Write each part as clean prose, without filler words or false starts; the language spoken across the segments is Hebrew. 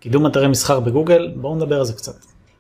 קידום אתרי מסחר בגוגל, בואו נדבר על זה קצת.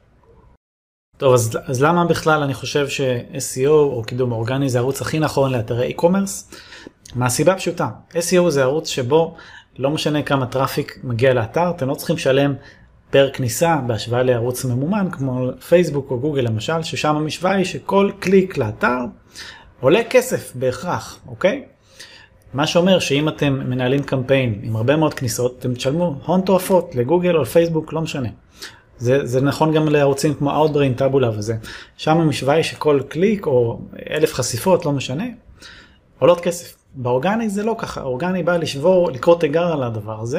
טוב, אז למה בכלל אני חושב ש-SEO או קידום אורגני זה הערוץ הכי נכון לאתרי e-commerce? מהסיבה פשוטה, SEO זה ערוץ שבו לא משנה כמה טראפיק מגיע לאתר, אתם לא צריכים לשלם פר כניסה בהשוואה לערוץ ממומן כמו פייסבוק או גוגל למשל, ששם המשוואה היא שכל קליק לאתר עולה כסף בהכרח, אוקיי? מה שאומר שאם אתם מנהלים קמפיין עם הרבה מאוד כניסות, אתם תשלמו הון תועפות לגוגל או לפייסבוק, לא משנה. זה נכון גם לערוצים כמו Outbrain, טאבולה וזה. שם המשוואה היא שכל קליק או 1,000 חשיפות, לא משנה, עולות כסף. באורגני זה לא ככה, האורגני בא לקרוא תיגר על הדבר הזה,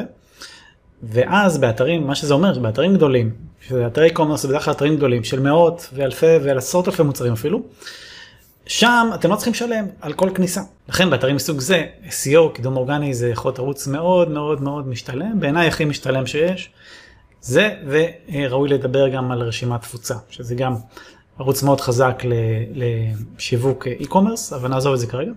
ואז באתרים, מה שזה אומר, באתרים גדולים, שזה אתרי e-commerce זה בדרך כלל אתרים גדולים, של מאות ואלפי ועשרות אלפי מוצרים אפילו, שם אתם לא צריכים לשלם על כל כניסה. לכן באתרים מסוג זה, SEO, קידום אורגני, זה יכול להיות ערוץ מאוד מאוד מאוד משתלם, בעיניי הכי משתלם שיש, זה, וראוי לדבר גם על רשימת תפוצה, שזה גם ערוץ מאוד חזק לשיווק e-commerce, אבל נעזוב את זה כרגע.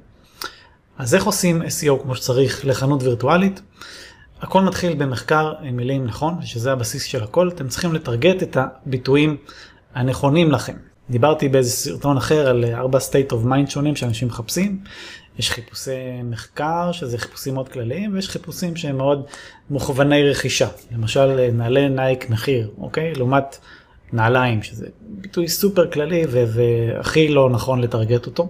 אז איך עושים SEO כמו שצריך לחנות וירטואלית? הכל מתחיל במחקר מילים נכון, שזה הבסיס של הכל. אתם צריכים לטרגט את הביטויים הנכונים לכם. דיברתי באיזה סרטון אחר על 4 state of mind שונים שאנשים מחפשים. יש חיפושי מחקר, שזה חיפושים מאוד כלליים, ויש חיפושים שהם מאוד מוכווני רכישה. למשל, נעלי נייק מחיר, אוקיי? לעומת נעליים, שזה ביטוי סופר כללי והכי לא נכון לטרגט אותו.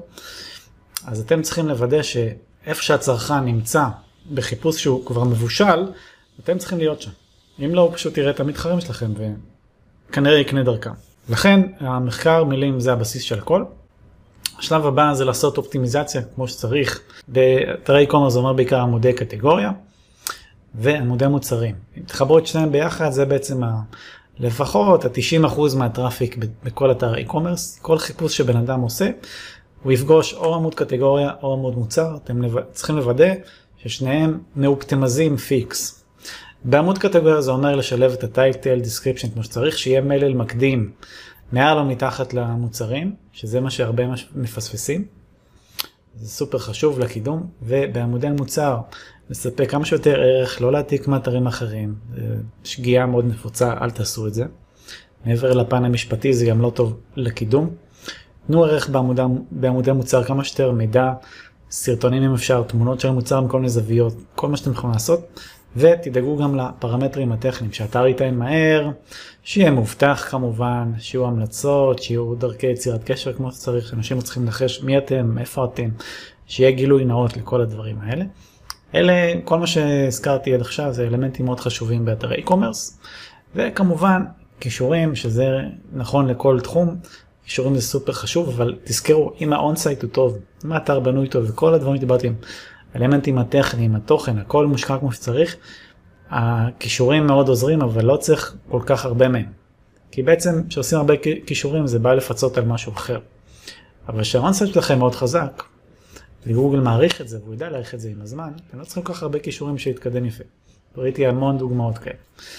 אז אתם צריכים לוודא שאיפה שהצרכן נמצא בחיפוש שהוא כבר מבושל, אתם צריכים להיות שם. אם לא, הוא פשוט יראה את המתחרים שלכם וכנראה יקנה דרכם. לכן, המחקר מילים זה הבסיס של הכל. השלב הבא זה לעשות אופטימיזציה כמו שצריך. באתרי e-commerce זה אומר בעיקר עמודי קטגוריה ועמודי מוצרים. אם תחברו את שניהם ביחד, זה בעצם לפחות ה-90% מהטראפיק בכל אתר e-commerce. כל חיפוש שבן אדם עושה, הוא יפגוש או עמוד קטגוריה או עמוד מוצר. אתם צריכים לוודא ששניהם מאופטימזים פיקס. בעמוד קטגוריה זה אומר לשלב את הטייטל, דיסקריפשן כמו שצריך, שיהיה מלל מקדים מעל או מתחת למוצרים, שזה מה שהרבה מפספסים. זה סופר חשוב לקידום, ובעמודי מוצר לספק כמה שיותר ערך, לא להעתיק מאתרים אחרים. שגיאה מאוד נפוצה, אל תעשו את זה. מעבר לפן המשפטי זה גם לא טוב לקידום. תנו ערך בעמודי מוצר כמה שיותר מידע, סרטונים אם אפשר, תמונות של מוצר מכל מיני זוויות, כל מה שאתם יכולים לעשות, ותדאגו גם לפרמטרים הטכניים, שהאתר ייתן מהר, שיהיה מובטח כמובן, שיהיו המלצות, שיהיו דרכי יצירת קשר כמו שצריך, שאנשים צריכים לחש מי אתם, איפה אתם, שיהיה גילוי נאות לכל הדברים האלה. אלה, כל מה שהזכרתי עד עכשיו, זה אלמנטים מאוד חשובים באתרי e-commerce, וכמובן קישורים, שזה נכון לכל תחום, קישורים זה סופר חשוב, אבל תזכרו, אם האונסייט הוא טוב, אם האתר בנוי טוב, וכל הדברים שדיברתי עם, האלמנטים הטכניים, התוכן, הכל מושקע כמו שצריך, הקישורים מאוד עוזרים, אבל לא צריך כל כך הרבה מהם. כי בעצם כשעושים הרבה קישורים, זה בא לפצות על משהו אחר. אבל שהאונסייט שלכם מאוד חזק, וגוגל מעריך את זה, והוא ידע להעריך את זה עם הזמן, אתם לא צריכים כל כך הרבה קישורים שיתקדם יפה. ראיתי המון דוגמאות כאלה.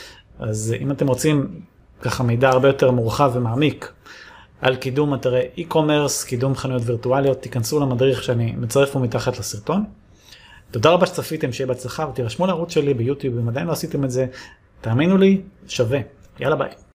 אז אם אתם רוצים ככה מידע הרבה יותר מורחב ומעמיק, על קידום אתרי e-commerce, קידום חנויות וירטואליות, תיכנסו למדריך שאני מצרף פה מתחת לסרטון. תודה רבה שצפיתם, שיהיה בהצלחה, ותירשמו לערוץ שלי ביוטיוב, אם עדיין לא עשיתם את זה, תאמינו לי, שווה. יאללה ביי.